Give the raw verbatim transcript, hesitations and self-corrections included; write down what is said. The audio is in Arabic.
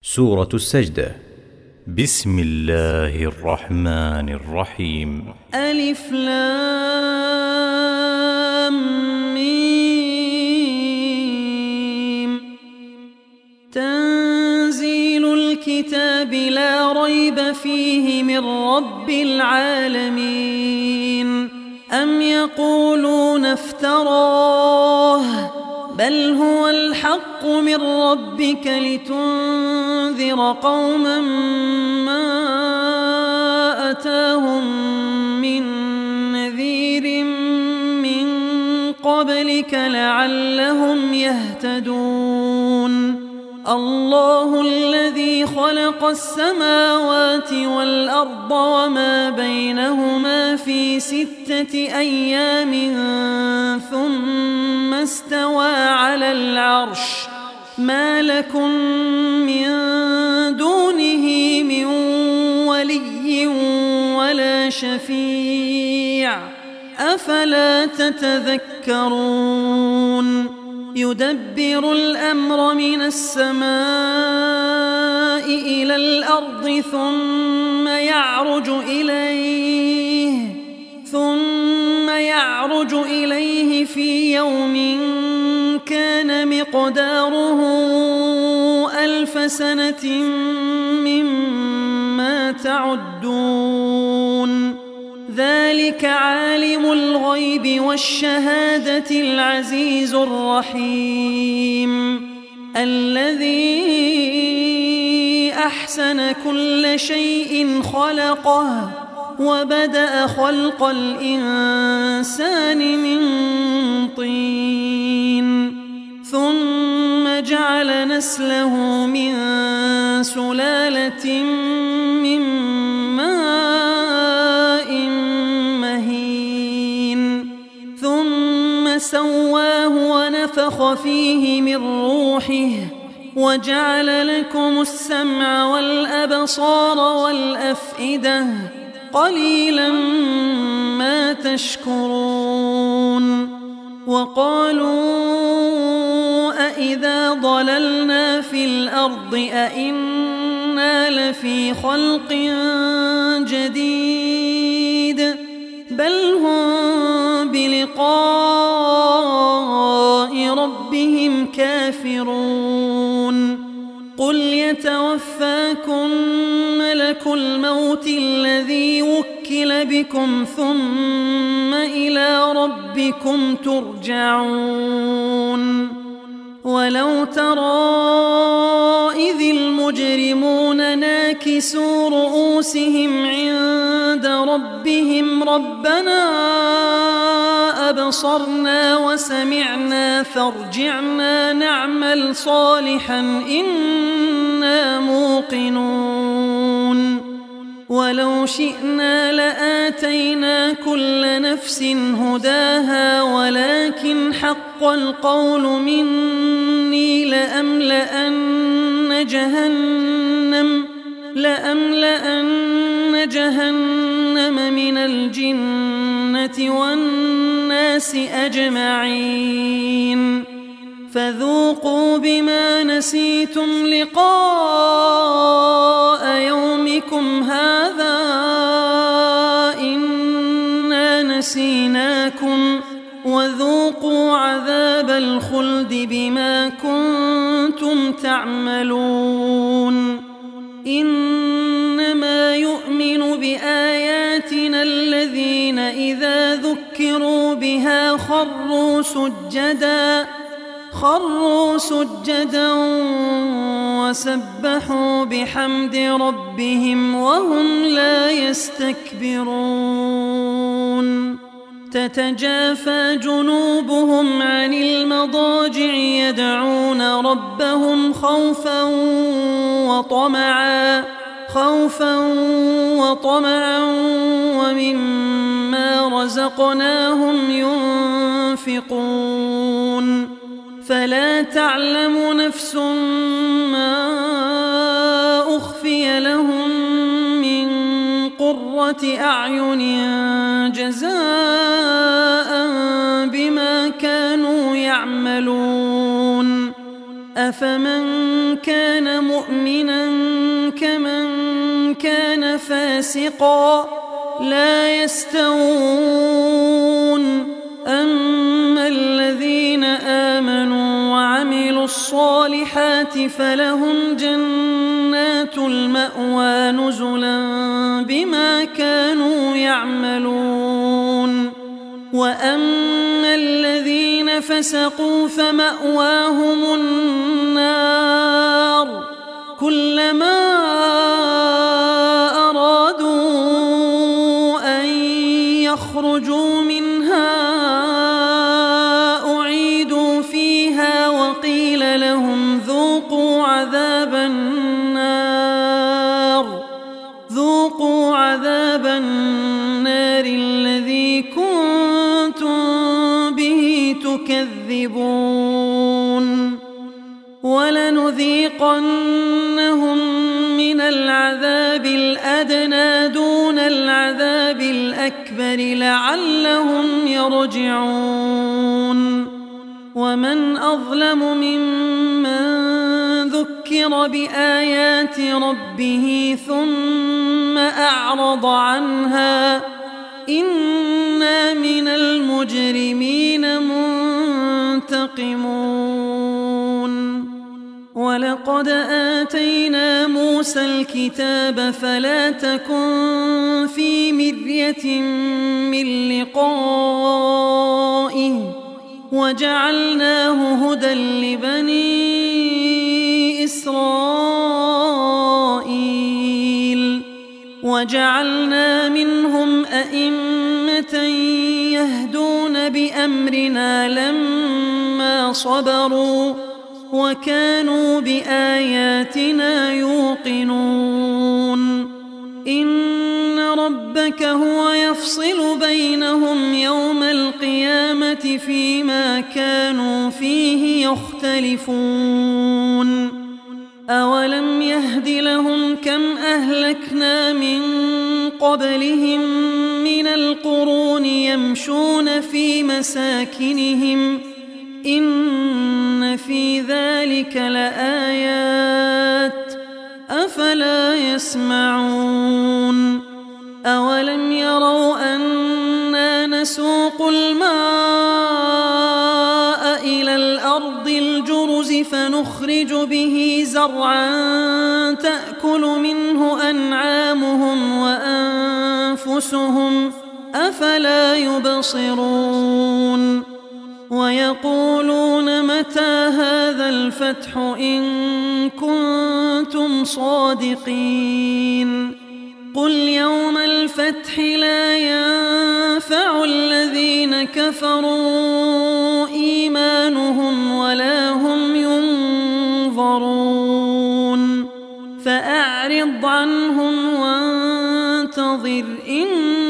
سورة السجدة. بسم الله الرحمن الرحيم. ألف لام ميم. تنزيل الكتاب لا ريب فيه من رب العالمين. أم يقولون افتراه بل هو الحق من ربك لتنذر قوما ما أتاهم من نذير من قبلك لعلهم يهتدون. الله الذي خلق السماوات والأرض وما بينهما في ستة أيام ثم استوى على العرش. ما لكم من دونه من ولي ولا شفيع أفلا تتذكرون. يدبر الأمر من السماء إلى الأرض ثم يعرج إليه ثم يعرج إليه في يوم كان مقداره ألف سنة مما تعدون. ذلك عالم الغيب والشهادة العزيز الرحيم الذي أحسن كل شيء خلقه وبدأ خلق الإنسان من طين ثم جعل نسله من سلالة من ماء مهين ثم سواه ونفخ فيه من روحه وجعل لكم السمع والأبصار والأفئدة قليلا ما تشكرون. وقالوا أإذا ضللنا في الأرض أإنا لفي خلق جديد بل هم بلقاء ربهم كافرون. قل يتوفاكم ملك الموت الذي وكل بكم ثم إلى ربكم ترجعون. ولو ترى إذ المجرمون ناكسوا رؤوسهم عند ربهم ربنا أبصرنا وسمعنا فارجعنا نعمل صالحا إنا موقنون. ولو شئنا لآتينا كل نفس هداها ولكن حق القول مني لأملأن جهنم لأملأن جهنم من الجنة والناس أجمعين. فذوقوا بما نسيتم لقاء يومكم هذا إنا نسيناكم وذوقوا عذاب الخلد بما كنتم تعملون. إنما يؤمن بآياتنا الذين إذا ذكروا بها خروا سجدا خروا سجدا وسبحوا بحمد ربهم وهم لا يستكبرون. تتجافى جنوبهم عن المضاجع يدعون ربهم خوفا وطمعا خوفا وطمعا ومما رزقناهم ينفقون. فلا تعلم نفس ما أخفي لهم من قرة أعين جزاء بما كانوا يعملون. أفمن كان مؤمنا كمن كان فاسقا لا يستوون أما الذين آمنوا وعملوا الصالحات فلهم جنات المأوى نزلا بما كانوا يعملون وأما الذين فسقوا فمأواهم النار كلما أرادوا أن يخرجوا منها أعيدوا فيها وقيل لهم ذوقوا عذاب النار ذوقوا عذاب النار الذي كنتم به تكذبون ولنذيقنهم من العذاب الأدنى دون العذاب الأكبر لعلهم يرجعون ومن أظلم ممن ذكر بآيات ربه ثم أعرض عنها إنا من المجرمين منتقمون ولقد آتينا موسى الكتاب فلا تكن في مرية من لقائه وجعلناه هدى لبني إسرائيل وجعلنا منهم أئمة يهدون بأمرنا لما صبروا وكانوا بآياتنا يوقنون إن ربك هو يفصل بينهم يوم القيامة فيما كانوا فيه يختلفون أولم يهد لهم كم أهلكنا من قبلهم من القرون يمشون في مساكنهم إن في ذلك لآيات أفلا يسمعون أولم يروا أنا نسوق الماء إلى الأرض الجرز فنخرج به زرعا تأكل منه أنعامهم وأنفسهم أفلا يبصرون ويقولون متى هذا الفتح إن كنتم صادقين قل يوم الفتح لا ينفع الذين كفروا إيمانهم ولا هم ينظرون فأعرض عنهم وانتظر إن